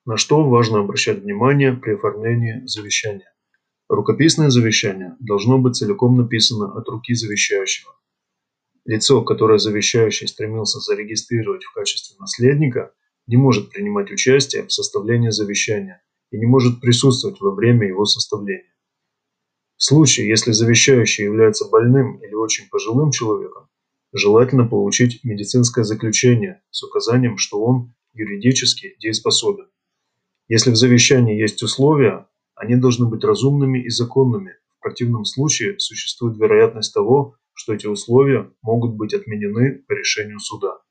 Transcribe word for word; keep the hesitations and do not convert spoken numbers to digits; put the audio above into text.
На что важно обращать внимание при оформлении завещания? Рукописное завещание должно быть целиком написано от руки завещающего. Лицо, которое завещающий стремился зарегистрировать в качестве наследника, не может принимать участие в составлении завещания и не может присутствовать во время его составления. В случае, если завещающий является больным или очень пожилым человеком, желательно получить медицинское заключение с указанием, что он юридически дееспособен. Если в завещании есть условия, они должны быть разумными и законными. В противном случае существует вероятность того, что эти условия могут быть отменены по решению суда.